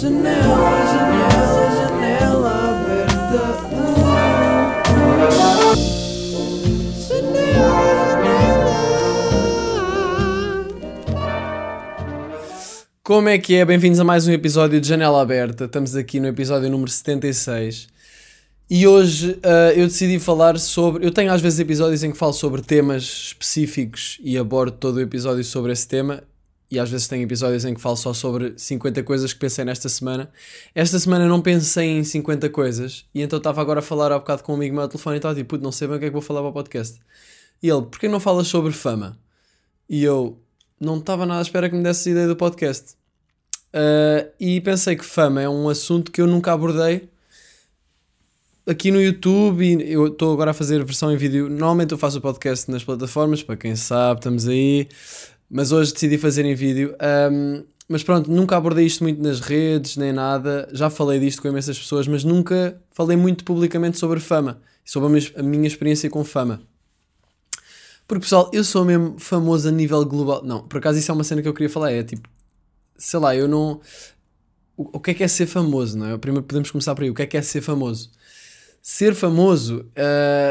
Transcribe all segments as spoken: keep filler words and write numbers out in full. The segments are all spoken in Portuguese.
Janela, janela, janela aberta. Como é que é? Bem-vindos a mais um episódio de Janela Aberta. Estamos aqui no episódio número setenta e seis. E hoje uh, eu decidi falar sobre... Eu tenho às vezes episódios em que falo sobre temas específicos e abordo todo o episódio sobre esse tema. E às vezes tenho episódios em que falo só sobre cinquenta coisas que pensei nesta semana. Esta semana não pensei em cinquenta coisas. E então estava agora a falar há bocado com um amigo meu ao telefone e estava tipo, puto, não sei bem o que é que vou falar para o podcast. E ele, porquê não falas sobre fama? E eu... não estava nada à espera que me desse ideia do podcast. Uh, e pensei que fama é um assunto que eu nunca abordei aqui no YouTube. E eu estou agora a fazer a versão em vídeo. Normalmente eu faço o podcast nas plataformas, para quem sabe, estamos aí. Mas hoje decidi fazer em vídeo. Um, mas pronto, nunca abordei isto muito nas redes, nem nada. Já falei disto com imensas pessoas, mas nunca falei muito publicamente sobre fama. Sobre a minha, a minha experiência com fama. Porque, pessoal, eu sou mesmo famoso a nível global. Não, por acaso isso é uma cena que eu queria falar. É tipo, sei lá, eu não... O, o que é que é ser famoso, não é? Primeiro podemos começar por aí. O que é que é ser famoso? Ser famoso uh,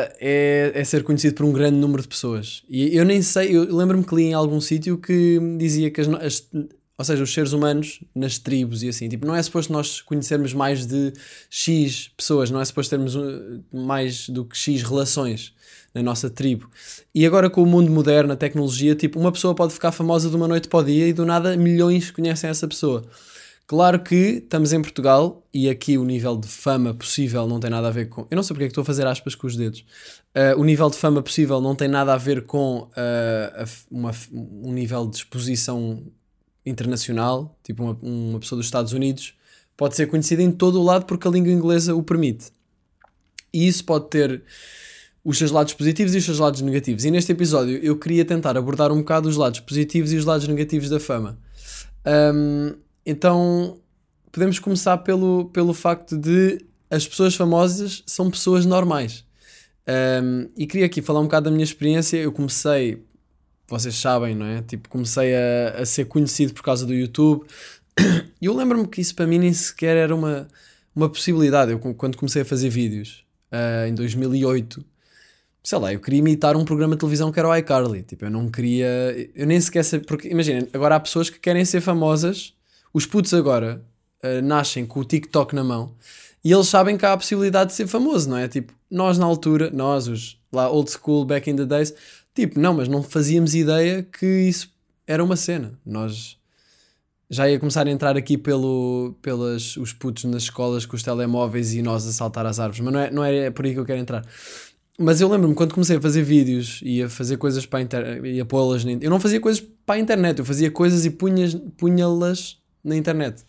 é, é ser conhecido por um grande número de pessoas. E eu nem sei... Eu lembro-me que li em algum sítio que dizia que as, as... Ou seja, os seres humanos nas tribos e assim. Tipo, não é suposto nós conhecermos mais de X pessoas. Não é suposto termos mais do que X relações na nossa tribo. E agora com o mundo moderno, a tecnologia, tipo, uma pessoa pode ficar famosa de uma noite para o dia e do nada milhões conhecem essa pessoa. Claro que estamos em Portugal e aqui o nível de fama possível não tem nada a ver com... Eu não sei porque é que estou a fazer aspas com os dedos. Uh, o nível de fama possível não tem nada a ver com uh, a, uma, um nível de exposição internacional, tipo uma, uma pessoa dos Estados Unidos pode ser conhecida em todo o lado porque a língua inglesa o permite. E isso pode ter os seus lados positivos e os seus lados negativos. E neste episódio eu queria tentar abordar um bocado os lados positivos e os lados negativos da fama. Um, então podemos começar pelo, pelo facto de as pessoas famosas são pessoas normais. Um, e queria aqui falar um bocado da minha experiência. Eu comecei, vocês sabem, não é? Tipo, comecei a, a ser conhecido por causa do YouTube. E eu lembro-me que isso para mim nem sequer era uma, uma possibilidade. Eu, quando comecei a fazer vídeos uh, em dois mil e oito, sei lá, eu queria imitar um programa de televisão que era o iCarly. Tipo, eu não queria... Eu nem sequer sabia... Porque, imaginem, agora há pessoas que querem ser famosas. Os putos agora uh, nascem com o TikTok na mão e eles sabem que há a possibilidade de ser famoso, não é? Tipo, nós na altura, nós, os lá old school, back in the days, tipo, não, mas não fazíamos ideia que isso era uma cena. Nós... Já ia começar a entrar aqui pelo, pelas, os putos nas escolas com os telemóveis e nós a saltar às árvores, mas não é, não é por aí que eu quero entrar. Mas eu lembro-me quando comecei a fazer vídeos e a fazer coisas para a internet e a pô-las na... Eu não fazia coisas para a internet, eu fazia coisas e punhas, punha-las na internet.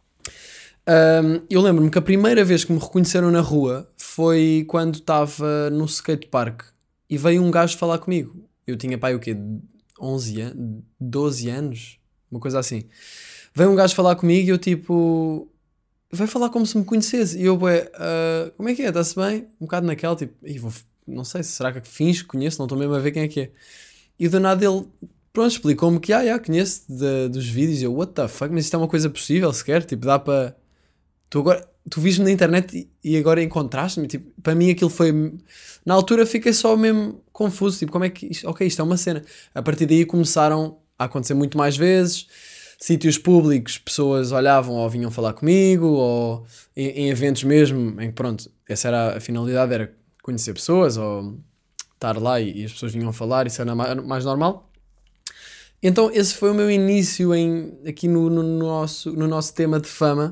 Um, eu lembro-me que a primeira vez que me reconheceram na rua foi quando estava no skatepark e veio um gajo falar comigo. Eu tinha, pai, o quê? onze anos? doze anos? Uma coisa assim. Veio um gajo falar comigo e eu tipo... Vai falar como se me conhecesse. E eu, ué, uh, como é que é? Está-se bem? Um bocado naquela, tipo... Vou, não sei, será que finge que conheço? Não estou mesmo a ver quem é que é. E do nada ele... Pronto, explicou-me que, ah, yeah, conheço de, dos vídeos. E eu, what the fuck? Mas isto é uma coisa possível sequer? Tipo, dá para... Tu agora... Tu viste-me na internet e, e agora encontraste-me? Tipo, para mim aquilo foi... Na altura fiquei só mesmo confuso. Tipo, como é que... Isto, ok, isto é uma cena. A partir daí começaram a acontecer muito mais vezes. Sítios públicos, pessoas olhavam ou vinham falar comigo, ou em, em eventos mesmo, em que pronto, essa era a finalidade, era conhecer pessoas, ou estar lá e, e as pessoas vinham falar, isso era mais, mais normal. Então esse foi o meu início em, aqui no, no, nosso, no nosso tema de fama.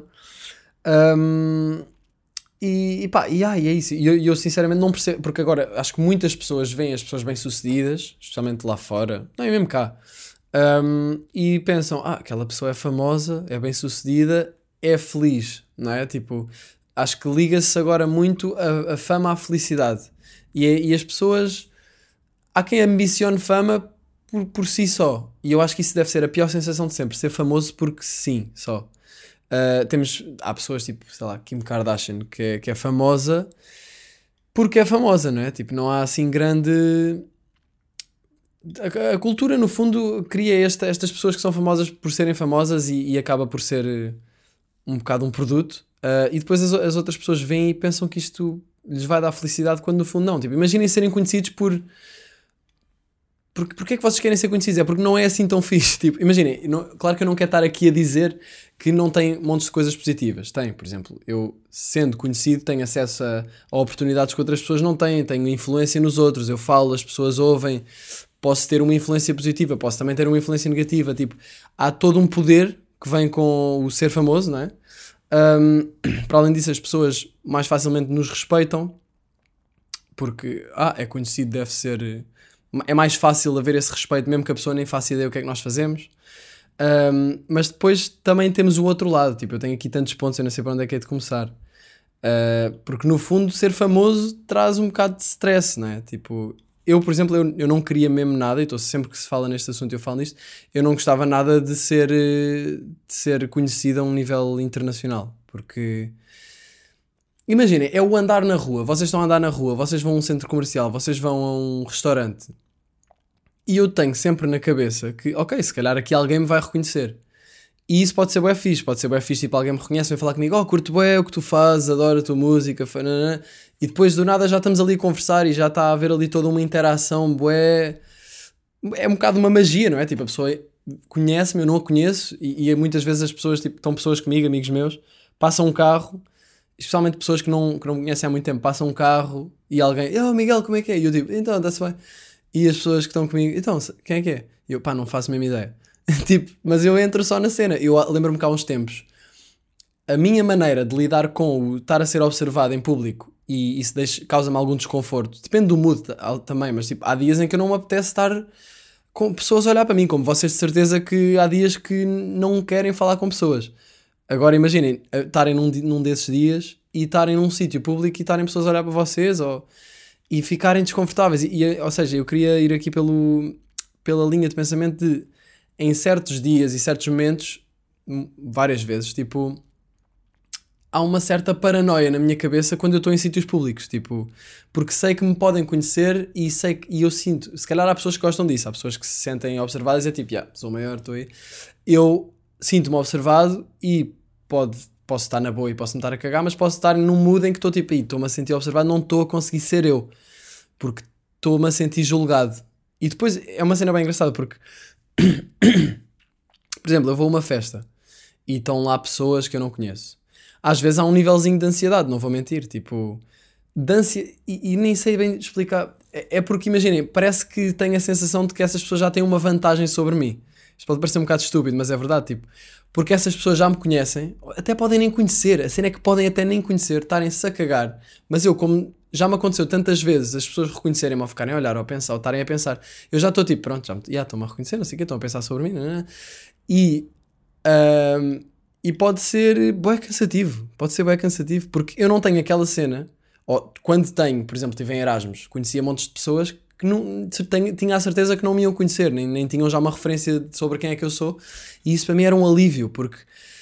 Um, e, e pá, e, ah, e é isso. E eu, eu sinceramente não percebo, porque agora acho que muitas pessoas veem as pessoas bem-sucedidas, especialmente lá fora, não é mesmo cá, Um, e pensam, ah, aquela pessoa é famosa, é bem sucedida, é feliz, não é? Tipo, acho que liga-se agora muito a, a fama à felicidade. E, e as pessoas, há quem ambicione fama por, por si só. E eu acho que isso deve ser a pior sensação de sempre, ser famoso porque sim, só. Uh, temos, há pessoas tipo, sei lá, Kim Kardashian, que é, que é famosa porque é famosa, não é? Tipo, não há assim grande... A, a cultura, no fundo, cria esta, estas pessoas que são famosas por serem famosas e, e acaba por ser um bocado um produto, uh, e depois as, as outras pessoas veem e pensam que isto lhes vai dar felicidade, quando no fundo não. Tipo, imaginem serem conhecidos por... Porque, porque é que vocês querem ser conhecidos? É porque não é assim tão fixe. Tipo, imaginem, não, claro que eu não quero estar aqui a dizer que não tem montes de coisas positivas. Tem, por exemplo, eu sendo conhecido tenho acesso a, a oportunidades que outras pessoas não têm, tenho influência nos outros, eu falo, as pessoas ouvem, posso ter uma influência positiva, posso também ter uma influência negativa. Tipo, há todo um poder que vem com o ser famoso, não é? Um, para além disso, as pessoas mais facilmente nos respeitam porque, ah, é conhecido, deve ser... É mais fácil haver esse respeito, mesmo que a pessoa nem faça ideia o que é que nós fazemos. Um, mas depois também temos o outro lado. Tipo, eu tenho aqui tantos pontos, eu não sei para onde é que é de começar. Uh, porque no fundo ser famoso traz um bocado de stress, não é? Tipo, eu, por exemplo, eu, eu não queria mesmo nada, e estou sempre que se fala neste assunto eu falo nisto, eu não gostava nada de ser, de ser conhecido a um nível internacional. Porque... imaginem, é o andar na rua. Vocês estão a andar na rua, vocês vão a um centro comercial, vocês vão a um restaurante. E eu tenho sempre na cabeça que, ok, se calhar aqui alguém me vai reconhecer. E isso pode ser bué fixe, pode ser bué fixe, tipo, alguém me reconhece, vem falar comigo, oh, curto bué o que tu fazes, adoro a tua música, fanana. E depois do nada já estamos ali a conversar e já está a haver ali toda uma interação bué... É um bocado uma magia, não é? Tipo, a pessoa conhece-me, eu não a conheço, e, e muitas vezes as pessoas, tipo, estão pessoas comigo, amigos meus, passam um carro... especialmente pessoas que não, que não me conhecem há muito tempo, passam um carro e alguém, oh Miguel, como é que é? E eu digo, então, está-se bem. E as pessoas que estão comigo, então, quem é que é? E eu, pá, não faço a mesma ideia. Tipo, mas eu entro só na cena. Eu lembro-me que há uns tempos, a minha maneira de lidar com o estar a ser observado em público, e isso deixa, causa-me algum desconforto, depende do mood também, mas tipo, há dias em que eu não me apetece estar com pessoas a olhar para mim, como vocês de certeza que há dias que não querem falar com pessoas. Agora imaginem, estarem num, num desses dias e estarem num sítio público e estarem pessoas a olhar para vocês ou, e ficarem desconfortáveis. E, e, ou seja, eu queria ir aqui pelo, pela linha de pensamento de, em certos dias e certos momentos, várias vezes, tipo, há uma certa paranoia na minha cabeça quando eu estou em sítios públicos, tipo, porque sei que me podem conhecer e, sei que, e eu sinto, se calhar há pessoas que gostam disso, há pessoas que se sentem observadas e é tipo, yeah, sou maior, estou aí. Eu sinto-me observado e pode, posso estar na boa e posso me estar a cagar, mas posso estar num mood em que estou tipo aí, estou-me a sentir observado, não estou a conseguir ser eu, porque estou-me a sentir julgado. E depois é uma cena bem engraçada, porque por exemplo, eu vou a uma festa e estão lá pessoas que eu não conheço. Às vezes há um nívelzinho de ansiedade, não vou mentir, tipo, de ansia, e, e nem sei bem explicar, é, é porque imaginem, parece que tenho a sensação de que essas pessoas já têm uma vantagem sobre mim. Isto pode parecer um bocado estúpido, mas é verdade, tipo, porque essas pessoas já me conhecem, até podem nem conhecer, a cena é que podem até nem conhecer, estarem-se a cagar, mas eu, como já me aconteceu tantas vezes as pessoas reconhecerem-me ou ficarem a olhar ou a pensar, ou estarem a pensar, eu já estou tipo, pronto, já, me, já estão-me a reconhecer, não sei o que, estão a pensar sobre mim, não, não, não. E, um, e pode ser bué cansativo, pode ser bué cansativo, porque eu não tenho aquela cena, ou quando tenho, por exemplo, estive em Erasmus, conhecia montes de pessoas que não, tenho, tinha a certeza que não me iam conhecer, nem, nem tinham já uma referência sobre quem é que eu sou, e isso para mim era um alívio, porque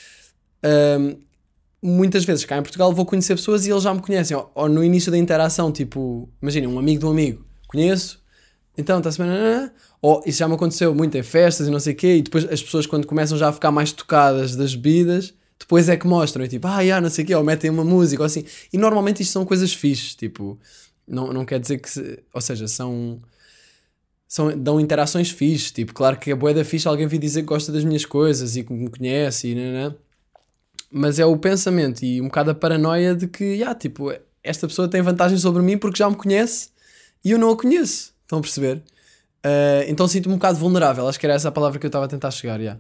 um, muitas vezes cá em Portugal vou conhecer pessoas e eles já me conhecem, ou, ou no início da interação, tipo, imagina, um amigo de um amigo, conheço, então está-se bem, ou isso já me aconteceu muito em festas e não sei o quê, e depois as pessoas quando começam já a ficar mais tocadas das bebidas, depois é que mostram, e tipo, ah, já, não sei o quê, ou metem uma música, ou assim, e normalmente isto são coisas fixes, tipo... Não, não quer dizer que... Se, ou seja, são, são... Dão interações fixes. Tipo, claro que é bué da fixe alguém vir dizer que gosta das minhas coisas e que me conhece. E, não, não. Mas é o pensamento e um bocado a paranoia de que, já, tipo, esta pessoa tem vantagem sobre mim porque já me conhece e eu não a conheço. Estão a perceber? Uh, então sinto-me um bocado vulnerável. Acho que era essa a palavra que eu estava a tentar chegar, já.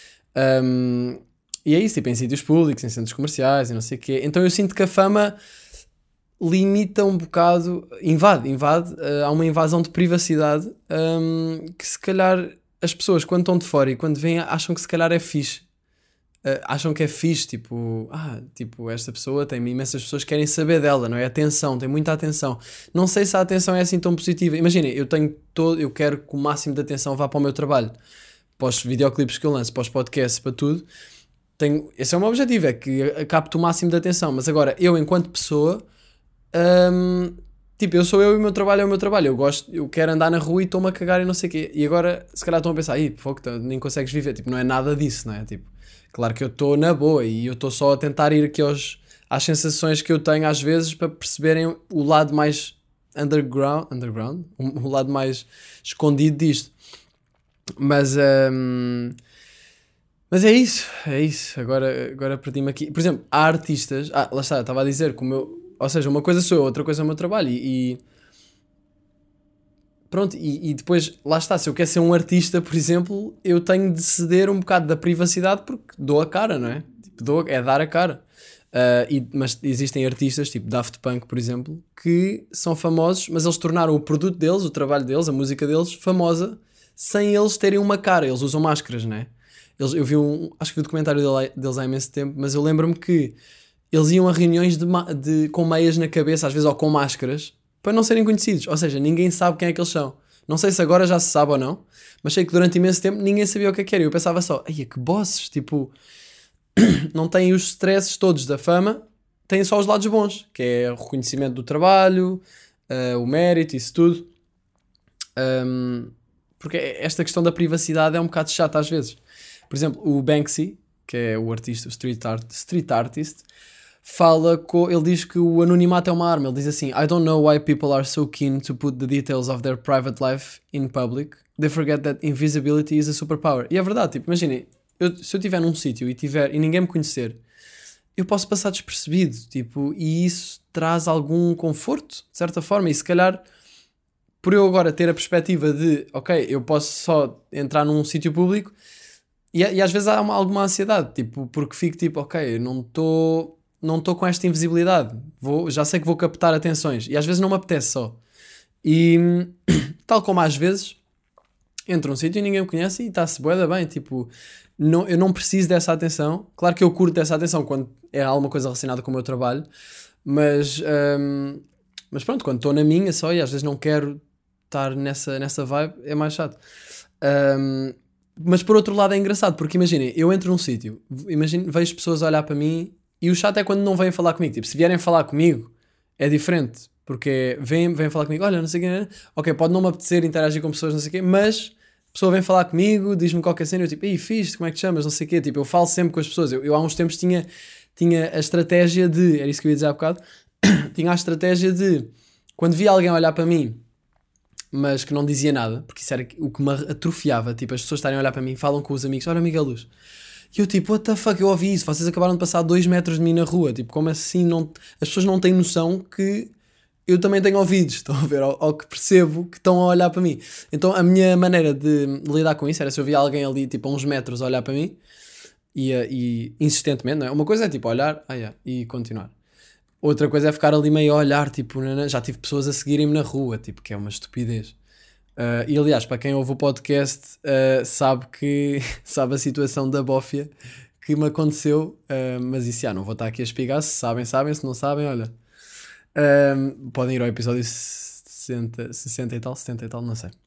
Um, e é isso, tipo, em sítios públicos, em centros comerciais e não sei o quê. Então eu sinto que a fama... limita um bocado, invade, invade, uh, há uma invasão de privacidade um, que se calhar as pessoas quando estão de fora e quando vêm acham que se calhar é fixe, uh, acham que é fixe, tipo, ah, tipo, esta pessoa tem imensas pessoas que querem saber dela, não é? Atenção, tem muita atenção. Não sei se a atenção é assim tão positiva. Imaginem, eu tenho todo, eu quero que o máximo de atenção vá para o meu trabalho, para os videoclipes que eu lanço, para os podcasts, para tudo. Tenho, esse é o meu objetivo, é que capte o máximo de atenção, mas agora, eu enquanto pessoa Um, tipo, eu sou eu e o meu trabalho é o meu trabalho. Eu gosto, eu quero andar na rua e estou-me a cagar e não sei o quê. E agora, se calhar estão a pensar, ih, fogo, nem consegues viver. Tipo, não é nada disso, não é? Tipo, Claro que eu estou na boa e eu estou só a tentar ir aqui aos, às sensações que eu tenho às vezes para perceberem o lado mais underground, underground? O, o lado mais escondido disto. Mas, hum, mas é isso, é isso. Agora, agora perdi-me aqui. Por exemplo, há artistas. Ah, lá está, eu estava a dizer que o meu. Ou seja, uma coisa sou eu, outra coisa é o meu trabalho. E. e pronto, e, e depois, lá está, se eu quero ser um artista, por exemplo, eu tenho de ceder um bocado da privacidade porque dou a cara, não é? Tipo, dou, é dar a cara. Uh, e, mas existem artistas, tipo Daft Punk, por exemplo, que são famosos, mas eles tornaram o produto deles, o trabalho deles, a música deles, famosa, sem eles terem uma cara. Eles usam máscaras, não é? Eles, eu vi um, acho que vi o documentário dele- deles há imenso tempo, mas eu lembro-me que eles iam a reuniões de, ma- de- com meias na cabeça, às vezes, ou com máscaras, para não serem conhecidos. Ou seja, ninguém sabe quem é que eles são. Não sei se agora já se sabe ou não, mas sei que durante imenso tempo ninguém sabia o que é que era. E eu pensava só, ai, que bosses, tipo, não têm os stresses todos da fama, têm só os lados bons, que é o reconhecimento do trabalho, uh, o mérito, isso tudo. Um, porque esta questão da privacidade é um bocado chata às vezes. Por exemplo, o Banksy, que é o artista, o street, art, street artist, fala, co, ele diz que o anonimato é uma arma. Ele diz assim: I don't know why people are so keen to put the details of their private life in public. They forget that invisibility is a superpower. E é verdade, tipo, imaginem, eu, se eu estiver num sítio e, tiver, e ninguém me conhecer, eu posso passar despercebido, tipo, e isso traz algum conforto, de certa forma, e se calhar, por eu agora ter a perspectiva de, ok, eu posso só entrar num sítio público, e, e às vezes há uma, alguma ansiedade, tipo, porque fico tipo, ok, não estou não estou com esta invisibilidade, vou, já sei que vou captar atenções, e às vezes não me apetece só. E tal como às vezes entro num sítio e ninguém me conhece e está-se bué da bem, tipo, não, eu não preciso dessa atenção. Claro que eu curto dessa atenção quando é alguma coisa relacionada com o meu trabalho, mas, hum, mas pronto, quando estou na minha só e às vezes não quero estar nessa, nessa vibe, é mais chato. Hum, mas por outro lado é engraçado, porque imaginem, eu entro num sítio, imagine, vejo pessoas a olhar para mim e o chato é quando não vêm falar comigo. Tipo, se vierem falar comigo é diferente, porque vêm, vêm falar comigo, olha, não sei o quê, ok, pode não me apetecer interagir com pessoas, não sei o quê, mas a pessoa vem falar comigo, diz-me qualquer cena, eu tipo, ei, fixe, como é que te chamas, não sei o quê, tipo, eu falo sempre com as pessoas. Eu, eu há uns tempos tinha, tinha a estratégia de, era isso que eu ia dizer há bocado, tinha a estratégia de, quando via alguém olhar para mim, mas que não dizia nada, porque isso era o que me atrofiava, tipo, as pessoas estarem a olhar para mim, falam com os amigos, olha Miguel Luz, e eu tipo, what the fuck, eu ouvi isso, vocês acabaram de passar dois metros de mim na rua, tipo, como assim, não... as pessoas não têm noção que eu também tenho ouvidos, estão a ver, ou, ou que percebo que estão a olhar para mim. Então a minha maneira de lidar com isso era se eu via alguém ali, tipo, a uns metros a olhar para mim, e, e insistentemente, não é? Uma coisa é tipo olhar, ah, yeah, e continuar. Outra coisa é ficar ali meio a olhar, tipo, já tive pessoas a seguirem-me na rua, tipo, que é uma estupidez. Uh, e aliás, para quem ouve o podcast, uh, sabe que sabe a situação da bófia que me aconteceu, uh, mas isso já não vou estar aqui a explicar. Se sabem, sabem, se não sabem, olha, um, podem ir ao episódio sessenta, sessenta e tal, setenta e tal, não sei.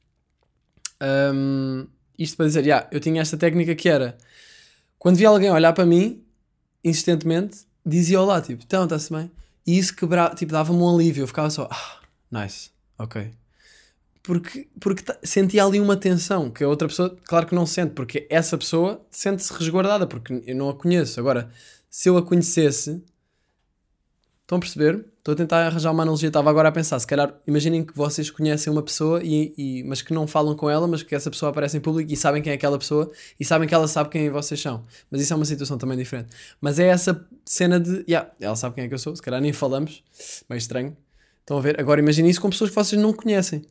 Um, isto para dizer, yeah, eu tinha esta técnica que era, quando via alguém olhar para mim, insistentemente, dizia olá, tipo, então, está-se bem? E isso quebrava, tipo, dava-me um alívio, eu ficava só, ah, nice, ok. Porque, porque t- sentia ali uma tensão que a outra pessoa, claro que não sente, porque essa pessoa sente-se resguardada, porque eu não a conheço. Agora, se eu a conhecesse, estão a perceber? Estou a tentar arranjar uma analogia. Estava agora a pensar, se calhar, imaginem que vocês conhecem uma pessoa, e, e, mas que não falam com ela, mas que essa pessoa aparece em público e sabem quem é aquela pessoa e sabem que ela sabe quem vocês são. Mas isso é uma situação também diferente. Mas é essa cena de, yeah, ela sabe quem é que eu sou, se calhar nem falamos, meio estranho. Estão a ver? Agora imaginem isso com pessoas que vocês não conhecem.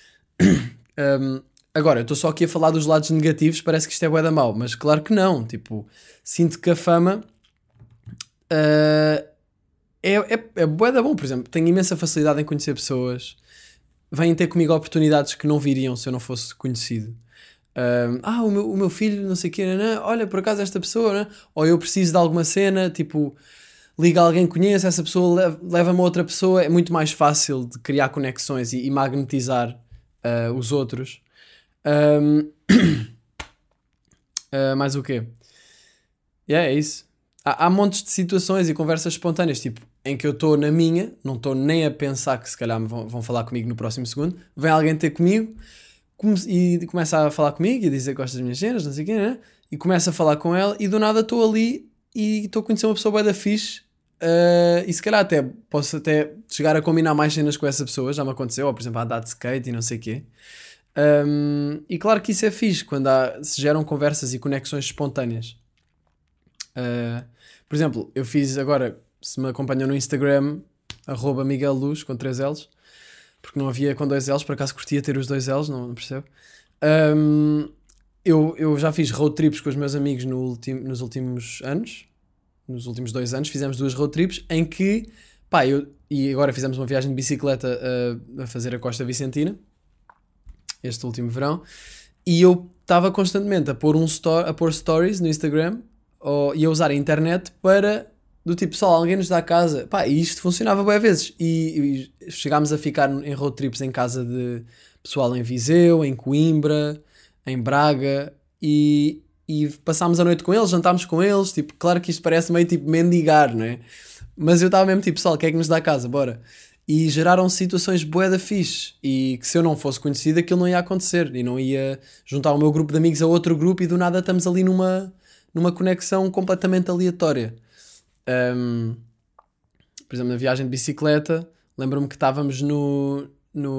Um, agora, eu estou só aqui a falar dos lados negativos, parece que isto é bué da mau, mas claro que não, tipo, sinto que a fama uh, é, é, é bué da bom, por exemplo, tenho imensa facilidade em conhecer pessoas, vêm ter comigo oportunidades que não viriam se eu não fosse conhecido. Um, ah, o meu, o meu filho, não sei o quê, né? Olha, por acaso esta pessoa, né? Ou eu preciso de alguma cena, tipo, liga alguém que conhece, essa pessoa leva- leva-me a outra pessoa, é muito mais fácil de criar conexões e, e magnetizar Uh, os outros. Um, uh, mais o quê? Yeah, é isso. Há, há montes de situações e conversas espontâneas, tipo, em que eu estou na minha, não estou nem a pensar que se calhar me vão, vão falar comigo no próximo segundo, vem alguém ter comigo come- e começa a falar comigo e a dizer que gosta das minhas cenas, não sei o quê, né? e começo a falar com ela e do nada estou ali e estou a conhecer uma pessoa bué da fixe. Uh, e se calhar até posso até chegar a combinar mais cenas com essa pessoa, já me aconteceu, ou por exemplo a andar de skate e não sei o quê. Um, e claro que isso é fixe quando há, se geram conversas e conexões espontâneas. Uh, por exemplo, eu fiz agora, se me acompanham no Instagram, arroba Miguel Luz com três L's, porque não havia com dois L's, por acaso curtia ter os dois L's, não, não percebo. Um, eu, eu já fiz road trips com os meus amigos no ultim, nos últimos anos. Nos últimos dois anos fizemos duas road trips em que, pá, eu, e agora fizemos uma viagem de bicicleta a, a fazer a Costa Vicentina, este último verão, e eu estava constantemente a pôr, um sto- a pôr stories no Instagram ou, e a usar a internet para, do tipo, pessoal, alguém nos dá a casa, pá, e isto funcionava boas vezes, e, e chegámos a ficar em road trips em casa de pessoal em Viseu, em Coimbra, em Braga, e... e passámos a noite com eles, jantámos com eles, tipo, claro que isto parece meio tipo mendigar, não é? Mas eu estava mesmo tipo, pessoal, quem é que nos dá a casa? Bora. E geraram situações bué da fixe, e que se eu não fosse conhecido aquilo não ia acontecer, e não ia juntar o meu grupo de amigos a outro grupo e do nada estamos ali numa, numa conexão completamente aleatória. Um, por exemplo, na viagem de bicicleta, lembro-me que estávamos no...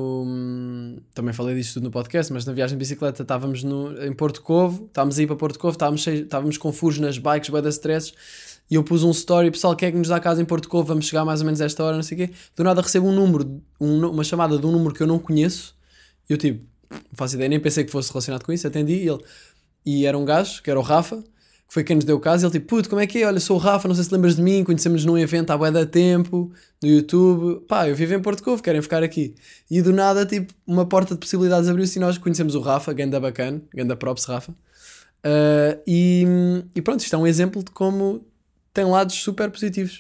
No, também falei disto tudo no podcast, mas na viagem de bicicleta estávamos no, em Porto Covo, estávamos a ir para Porto Covo, estávamos, cheio, estávamos com furos nas bikes, bué de stresses, e eu pus um story, pessoal, quem é que nos dá casa em Porto Covo, vamos chegar mais ou menos a esta hora, não sei o quê. Do nada recebo um número, um, uma chamada de um número que eu não conheço, e eu tipo, não faço ideia, nem pensei que fosse relacionado com isso, atendi, e ele, e era um gajo, que era o Rafa, que foi quem nos deu o caso, e ele tipo, puto, como é que é? Olha, sou o Rafa, não sei se lembras de mim, conhecemos num evento há bué de tempo, no YouTube, pá, eu vivo em Porto Covo, querem ficar aqui. E do nada, tipo, uma porta de possibilidades abriu-se e nós conhecemos o Rafa, ganda bacana, ganda props, Rafa. Uh, e, e pronto, isto é um exemplo de como tem lados super positivos.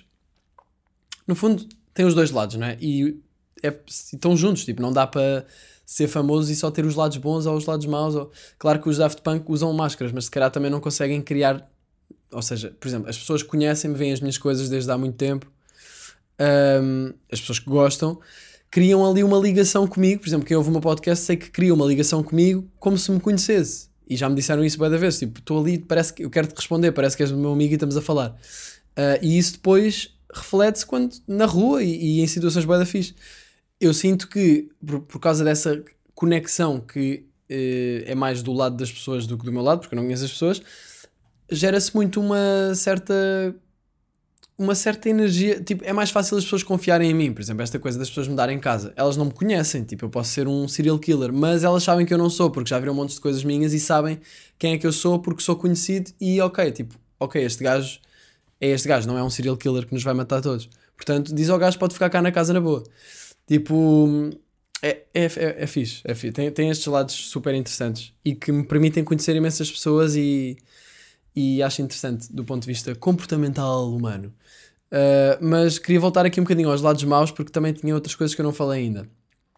No fundo, tem os dois lados, não é? E é, estão juntos, tipo, não dá para ser famoso e só ter os lados bons ou os lados maus. Ou... Claro que os Daft Punk usam máscaras, mas se calhar também não conseguem criar... Ou seja, por exemplo, as pessoas que conhecem-me, veem as minhas coisas desde há muito tempo, um, as pessoas que gostam, criam ali uma ligação comigo. Por exemplo, quem ouve o meu podcast sei que cria uma ligação comigo como se me conhecesse. E já me disseram isso bué da vez. Tipo, estou ali, parece que eu quero-te responder, parece que és o meu amigo e estamos a falar. Uh, e isso depois reflete-se quando, na rua e, e em situações bué da fixe. Eu sinto que, por, por causa dessa conexão que eh, é mais do lado das pessoas do que do meu lado, porque eu não conheço as pessoas, gera-se muito uma certa uma certa energia, tipo, é mais fácil as pessoas confiarem em mim. Por exemplo, esta coisa das pessoas me darem casa, elas não me conhecem, tipo, eu posso ser um serial killer, mas elas sabem que eu não sou, porque já viram um monte de coisas minhas e sabem quem é que eu sou, porque sou conhecido e ok, tipo, ok, este gajo é este gajo, não é um serial killer que nos vai matar todos, portanto, diz ao gajo, pode ficar cá na casa na boa. Tipo, é, é, é, é fixe, é fixe. Tem, tem estes lados super interessantes e que me permitem conhecer imensas pessoas e, e acho interessante do ponto de vista comportamental humano. Uh, mas queria voltar aqui um bocadinho aos lados maus porque também tinha outras coisas que eu não falei ainda.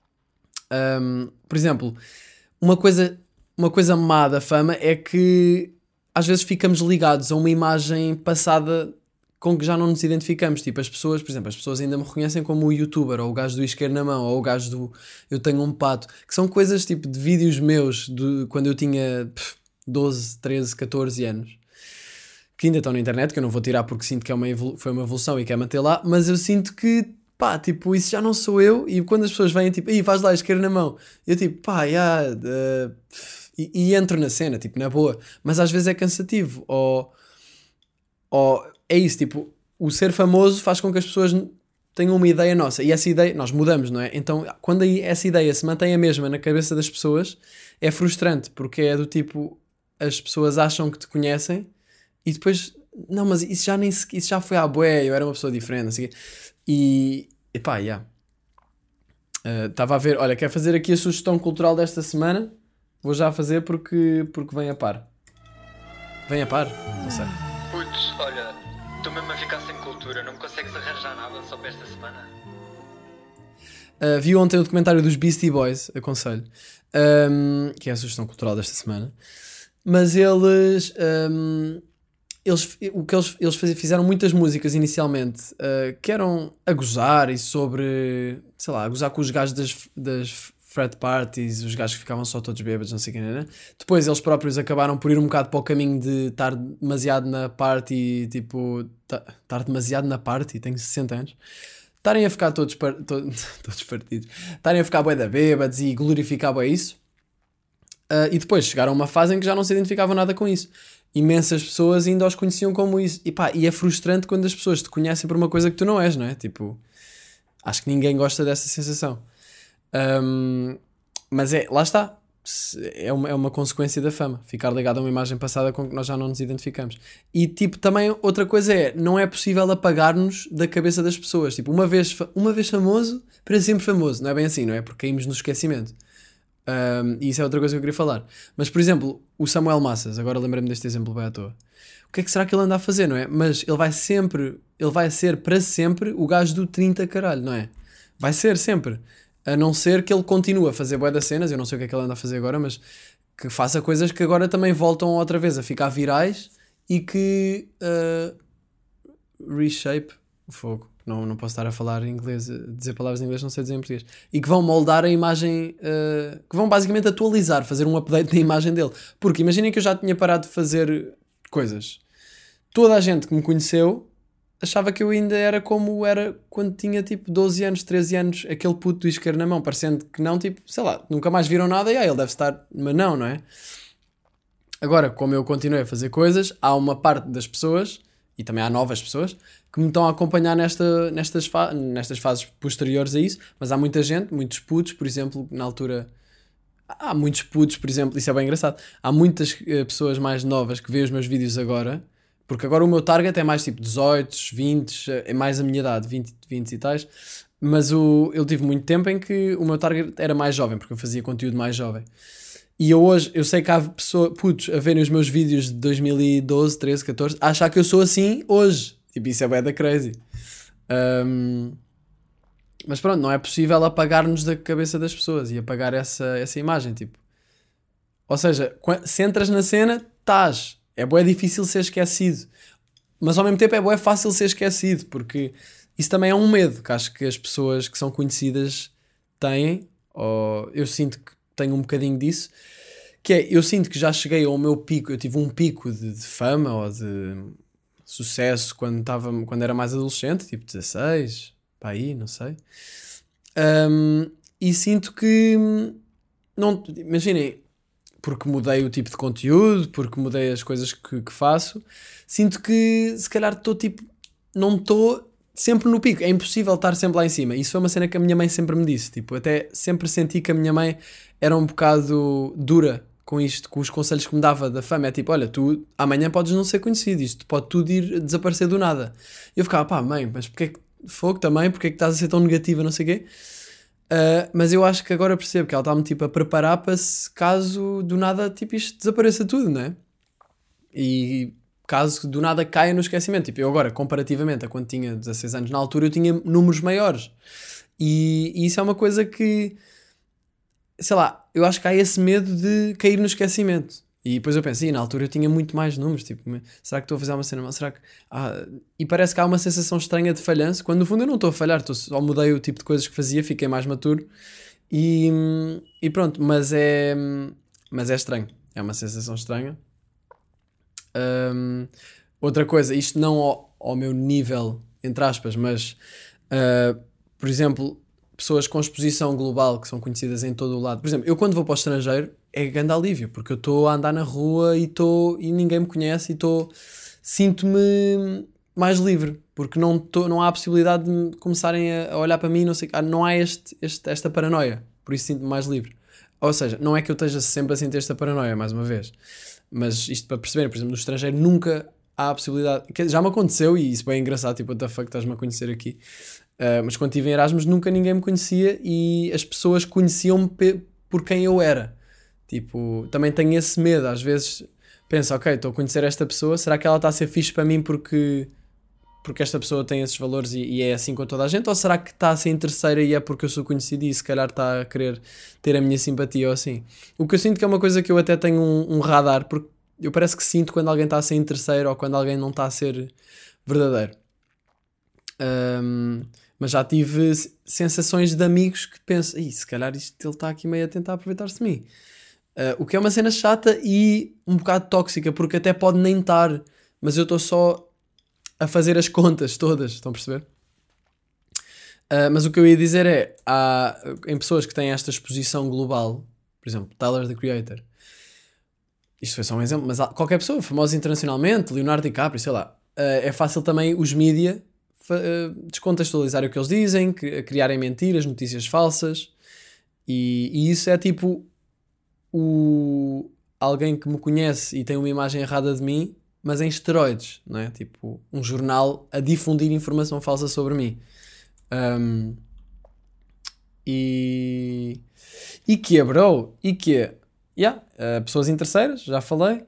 Um, por exemplo, uma coisa, uma coisa má da fama é que às vezes ficamos ligados a uma imagem passada com que já não nos identificamos. Tipo, as pessoas, por exemplo, as pessoas ainda me reconhecem como o youtuber, ou o gajo do isqueiro na mão, ou o gajo do eu tenho um pato, que são coisas tipo de vídeos meus de quando eu tinha pff, doze, treze, catorze anos, que ainda estão na internet, que eu não vou tirar porque sinto que é uma evolu- foi uma evolução e quero manter lá, mas eu sinto que, pá, tipo, isso já não sou eu, e quando as pessoas vêm, tipo, aí faz lá isqueiro na mão, eu tipo, pá, já, uh, e, e entro na cena, tipo, na boa, mas às vezes é cansativo, ou... ou é isso, tipo, o ser famoso faz com que as pessoas tenham uma ideia nossa, e essa ideia, nós mudamos, não é? Então, quando aí essa ideia se mantém a mesma na cabeça das pessoas, é frustrante, porque é do tipo, as pessoas acham que te conhecem, e depois, não, mas isso já, nem, isso já foi à bué, eu era uma pessoa diferente, assim, e, e pá, já. Estava uh, a ver, olha, quer fazer aqui a sugestão cultural desta semana? Vou já fazer porque, porque vem a par. Vem a par? Não sei. Putz, olha, estou mesmo a ficar sem cultura, não me consegues arranjar nada só para esta semana? Uh, vi ontem o documentário dos Beastie Boys, aconselho, um, que é a sugestão cultural desta semana, mas eles, um, eles o que eles, eles fizeram muitas músicas inicialmente uh, que eram a gozar e sobre, sei lá, a gozar com os gajos das, das frat parties, os gajos que ficavam só todos bêbados, não sei o que, né? Depois eles próprios acabaram por ir um bocado para o caminho de estar demasiado na party, tipo, estar demasiado na party, tenho sessenta anos, estarem a ficar todos, par, to, todos partidos, estarem a ficar bué da bêbados e glorificar bué isso. Uh, e depois chegaram a uma fase em que já não se identificavam nada com isso. Imensas pessoas ainda os conheciam como isso. E pá, e é frustrante quando as pessoas te conhecem por uma coisa que tu não és, não é? Tipo, acho que ninguém gosta dessa sensação. Um, mas é, lá está. É uma, é uma consequência da fama. Ficar ligado a uma imagem passada com que nós já não nos identificamos. E tipo, também outra coisa é, não é possível apagar-nos da cabeça das pessoas. Tipo, uma vez, uma vez famoso, para sempre famoso. Não é bem assim, não é? Porque caímos no esquecimento. Um, e isso é outra coisa que eu queria falar. Mas, por exemplo, o Samuel Massas, agora lembrei-me deste exemplo bem à toa. O que é que será que ele anda a fazer, não é? Mas ele vai sempre, ele vai ser para sempre o gajo do trinta, caralho, não é? Vai ser sempre. A não ser que ele continue a fazer bué das cenas, eu não sei o que é que ele anda a fazer agora, mas que faça coisas que agora também voltam outra vez a ficar virais e que uh, reshape o fogo. Não, não posso estar a falar em inglês, dizer palavras em inglês, não sei dizer em português. E que vão moldar a imagem, uh, que vão basicamente atualizar, fazer um update da imagem dele. Porque imaginem que eu já tinha parado de fazer coisas. Toda a gente que me conheceu achava que eu ainda era como era quando tinha tipo doze anos, treze anos, aquele puto do isqueiro na mão, parecendo que não, tipo, sei lá, nunca mais viram nada e ah, ele deve estar, mas não, não é? Agora, como eu continuei a fazer coisas, há uma parte das pessoas, e também há novas pessoas, que me estão a acompanhar nesta, nestas, fa- nestas fases posteriores a isso, mas há muita gente, muitos putos, por exemplo, na altura... Há muitos putos, por exemplo, isso é bem engraçado, há muitas uh, pessoas mais novas que veem os meus vídeos agora, porque agora o meu target é mais tipo dezoito, vinte, é mais a minha idade, vinte, vinte e tais, mas o, eu tive muito tempo em que o meu target era mais jovem, porque eu fazia conteúdo mais jovem. E eu hoje, eu sei que há pessoas, putos a verem os meus vídeos de dois mil e doze, treze, catorze, a achar que eu sou assim hoje. Tipo, isso é bué da crazy. Um, mas pronto, não é possível apagar-nos da cabeça das pessoas e apagar essa, essa imagem, tipo. Ou seja, se entras na cena, estás. É bué difícil ser esquecido. Mas ao mesmo tempo é bué fácil ser esquecido, porque isso também é um medo que acho que as pessoas que são conhecidas têm, ou eu sinto que tenho um bocadinho disso, que é, eu sinto que já cheguei ao meu pico, eu tive um pico de, de fama ou de sucesso quando, tava, quando era mais adolescente, tipo dezasseis, pá aí, não sei. Um, e sinto que, não, imaginem, porque mudei o tipo de conteúdo, porque mudei as coisas que, que faço, sinto que se calhar estou tipo, não estou sempre no pico, é impossível estar sempre lá em cima. Isso foi uma cena que a minha mãe sempre me disse, tipo, até sempre senti que a minha mãe era um bocado dura com isto, com os conselhos que me dava da fama, é tipo, olha, tu amanhã podes não ser conhecido, isto pode tudo ir desaparecer do nada. E eu ficava, pá mãe, mas porque é que, fogo também, porque é que estás a ser tão negativa, não sei o quê? Uh, mas eu acho que agora percebo que ela está-me tipo a preparar para se caso do nada tipo isto desapareça tudo, não é? E caso do nada caia no esquecimento, tipo eu agora comparativamente a quando tinha dezasseis anos na altura eu tinha números maiores e, e isso é uma coisa que, sei lá, eu acho que há esse medo de cair no esquecimento. E depois eu pensei, na altura eu tinha muito mais números, tipo, será que estou a fazer uma cena mal? Será que... Ah, e parece que há uma sensação estranha de falhanço, quando no fundo eu não estou a falhar, estou, só mudei o tipo de coisas que fazia, fiquei mais maturo e, e pronto, mas é, mas é estranho, é uma sensação estranha. Um, outra coisa, isto não ao, ao meu nível, entre aspas, mas, uh, por exemplo, pessoas com exposição global que são conhecidas em todo o lado. Por exemplo, eu quando vou para o estrangeiro é grande alívio, porque eu estou a andar na rua e, tô, e ninguém me conhece e tô, sinto-me mais livre, porque não, tô, não há a possibilidade de começarem a, a olhar para mim, não, sei, não há este, este, esta paranoia, por isso sinto-me mais livre. Ou seja, não é que eu esteja sempre a sentir esta paranoia, mais uma vez, mas isto para perceberem, por exemplo, no estrangeiro nunca há a possibilidade, já me aconteceu e isso é bem engraçado, tipo, what the fuck, estás-me a conhecer aqui. Uh, mas quando estive em Erasmus nunca ninguém me conhecia e as pessoas conheciam-me pe- por quem eu era. Tipo, também tenho esse medo, às vezes penso, ok, estou a conhecer esta pessoa, será que ela está a ser fixe para mim porque, porque esta pessoa tem esses valores e, e é assim com toda a gente? Ou será que está a ser interesseira e é porque eu sou conhecido e se calhar está a querer ter a minha simpatia ou assim? O que eu sinto que é uma coisa que eu até tenho um, um radar, porque eu parece que sinto quando alguém está a ser interesseiro ou quando alguém não está a ser verdadeiro. Um, Mas já tive sensações de amigos que pensam, se calhar isto, ele está aqui meio a tentar aproveitar-se de mim. Uh, o que é uma cena chata e um bocado tóxica, porque até pode nem estar, mas eu estou só a fazer as contas todas, estão a perceber? Uh, mas o que eu ia dizer é, há, em pessoas que têm esta exposição global, por exemplo, Tyler, the Creator, isto foi só um exemplo, mas há, qualquer pessoa famosa internacionalmente, Leonardo DiCaprio, sei lá, uh, é fácil também os mídia uh, descontextualizarem o que eles dizem, que, criarem mentiras, notícias falsas, e, e isso é tipo o, alguém que me conhece e tem uma imagem errada de mim, mas em esteroides, não é? Tipo, um jornal a difundir informação falsa sobre mim. Um, e e que é, bro? E que é? Yeah, uh, pessoas interesseiras, já falei.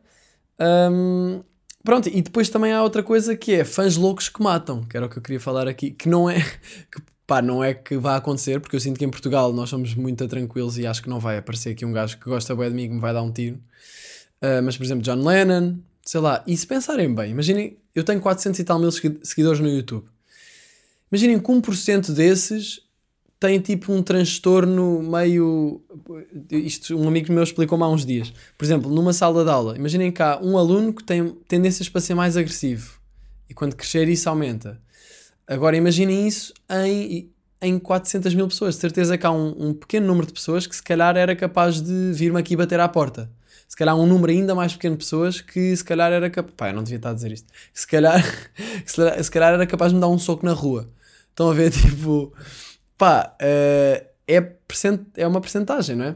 Um, pronto, e depois também há outra coisa que é fãs loucos que matam, que era o que eu queria falar aqui, que não é que, pá, não é que vai acontecer, porque eu sinto que em Portugal nós somos muito tranquilos e acho que não vai aparecer aqui um gajo que gosta bem de mim que me vai dar um tiro. Uh, mas, por exemplo, John Lennon, sei lá, e se pensarem bem, imaginem, eu tenho quatrocentos e tal mil seguidores no YouTube. Imaginem que um por cento desses tem tipo um transtorno meio... Isto um amigo meu explicou-me há uns dias. Por exemplo, numa sala de aula, imaginem que há um aluno que tem tendências para ser mais agressivo. E quando crescer isso aumenta. Agora imaginem isso em, em quatrocentas mil pessoas. De certeza que há um, um pequeno número de pessoas que se calhar era capaz de vir-me aqui bater à porta. Se calhar há um número ainda mais pequeno de pessoas que se calhar era capaz... Pá, eu não devia estar a dizer isto. Se calhar, se calhar era capaz de me dar um soco na rua. Estão a ver, tipo... Pá, uh, é, percent, é uma percentagem, não é?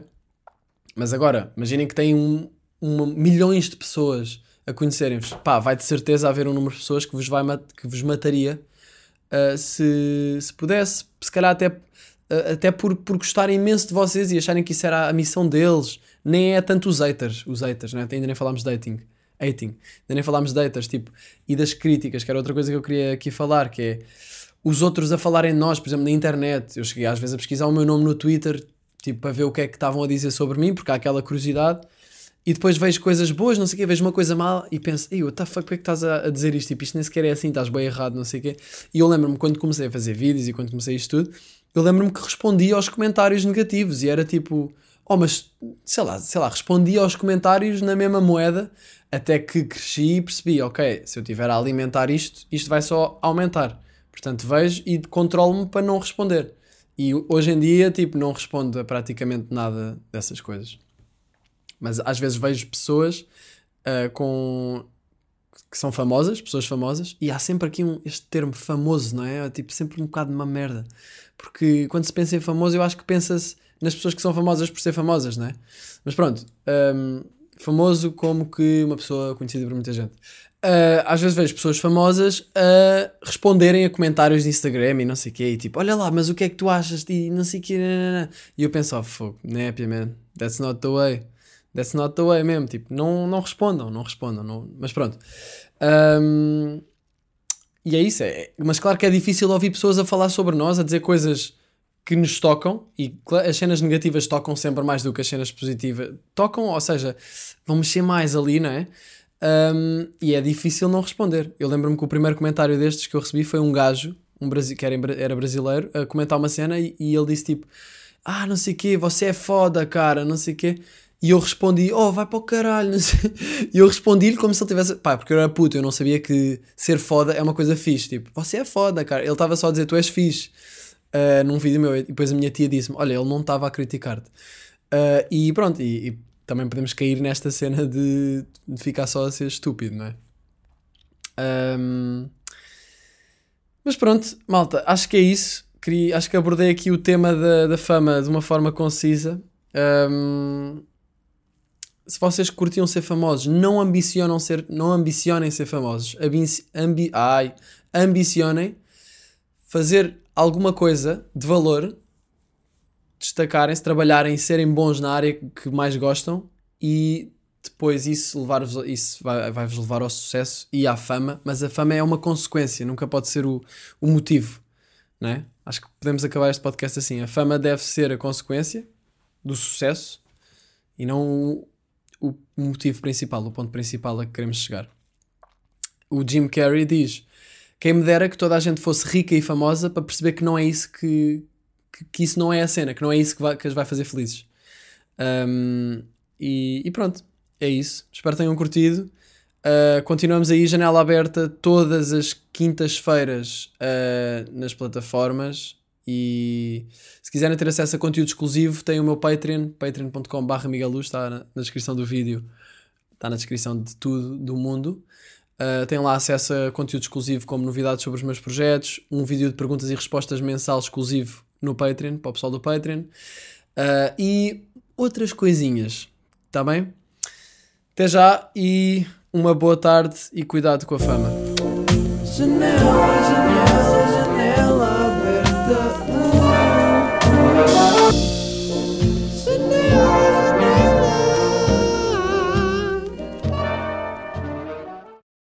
Mas agora, imaginem que têm um, uma, milhões de pessoas a conhecerem-vos. Pá, vai de certeza haver um número de pessoas que vos, vai, que vos mataria uh, se, se pudesse. Se calhar até, uh, até por, por gostarem imenso de vocês e acharem que isso era a missão deles. Nem é tanto os haters, os haters, não é? Ainda nem falámos de dating. Hating. Ainda nem falámos de haters, tipo, e das críticas, que era outra coisa que eu queria aqui falar, que é os outros a falarem de nós, por exemplo, na internet. Eu cheguei às vezes a pesquisar o meu nome no Twitter, tipo, para ver o que é que estavam a dizer sobre mim, porque há aquela curiosidade, e depois vejo coisas boas, não sei o quê, vejo uma coisa mal e penso, ei, what the fuck, porque é que estás a, a dizer isto? Tipo, isto nem sequer é assim, estás bem errado, não sei o quê. E eu lembro-me, quando comecei a fazer vídeos e quando comecei isto tudo, eu lembro-me que respondia aos comentários negativos e era tipo, oh, mas, sei lá, sei lá, respondia aos comentários na mesma moeda, até que cresci e percebi, ok, se eu estiver a alimentar isto, isto vai só aumentar. Portanto, vejo e controlo-me para não responder. E hoje em dia, tipo, não respondo a praticamente nada dessas coisas. Mas às vezes vejo pessoas uh, com... que são famosas, pessoas famosas, e há sempre aqui um, este termo famoso, não é? É tipo sempre um bocado de uma merda. Porque quando se pensa em famoso, eu acho que pensa-se nas pessoas que são famosas por ser famosas, não é? Mas pronto, um, famoso como que uma pessoa conhecida por muita gente. Uh, às vezes vejo pessoas famosas a responderem a comentários de Instagram e não sei o quê, e tipo, olha lá, mas o que é que tu achas de não sei o quê, e eu penso, oh, fogo, népia, man, that's not the way, that's not the way mesmo, tipo, não, não respondam, não respondam, não... mas pronto. Um, e é isso, é, mas claro que é difícil ouvir pessoas a falar sobre nós, a dizer coisas que nos tocam, e as cenas negativas tocam sempre mais do que as cenas positivas, tocam, ou seja, vão mexer mais ali, não é? Um, e é difícil não responder. Eu lembro-me que o primeiro comentário destes que eu recebi foi um gajo, um brasi- que era, era brasileiro, a comentar uma cena e, e ele disse tipo, ah, não sei o quê, você é foda, cara, não sei o quê. E eu respondi, oh, vai para o caralho, não sei. E eu respondi-lhe como se ele tivesse, pá, porque eu era puto, eu não sabia que ser foda é uma coisa fixe, tipo, você é foda, cara. Ele estava só a dizer, tu és fixe, uh, num vídeo meu, e depois a minha tia disse-me, olha, ele não estava a criticar-te. Uh, e pronto, e, e também podemos cair nesta cena de, de ficar só a ser estúpido, não é? Um, mas pronto, malta, acho que é isso. Queria, acho que abordei aqui o tema da, da fama de uma forma concisa. Um, se vocês curtiam ser famosos, não ambicionam ser, não ambicionem ser famosos. Ambi, ambi, ai, ambicionem fazer alguma coisa de valor, destacarem-se, trabalharem, serem bons na área que mais gostam e depois isso, levar-vos, isso vai, vai-vos levar ao sucesso e à fama, mas a fama é uma consequência, nunca pode ser o, o motivo, não é? Acho que podemos acabar este podcast assim, a fama deve ser a consequência do sucesso e não o, o motivo principal, o ponto principal a que queremos chegar. O Jim Carrey diz, quem me dera que toda a gente fosse rica e famosa para perceber que não é isso que, que, que isso não é a cena, que não é isso que, vai, que as vai fazer felizes. Um, e, e pronto, é isso. Espero que tenham curtido. Uh, continuamos aí, janela aberta todas as quintas-feiras uh, nas plataformas. E se quiserem ter acesso a conteúdo exclusivo, tem o meu Patreon, patreon ponto com barra miguel luz, está na, na descrição do vídeo, está na descrição de tudo do mundo. Uh, tem lá acesso a conteúdo exclusivo como novidades sobre os meus projetos, um vídeo de perguntas e respostas mensal exclusivo no Patreon, para o pessoal do Patreon, uh, e outras coisinhas, está bem? Até já e uma boa tarde e cuidado com a fama. Janela, janela.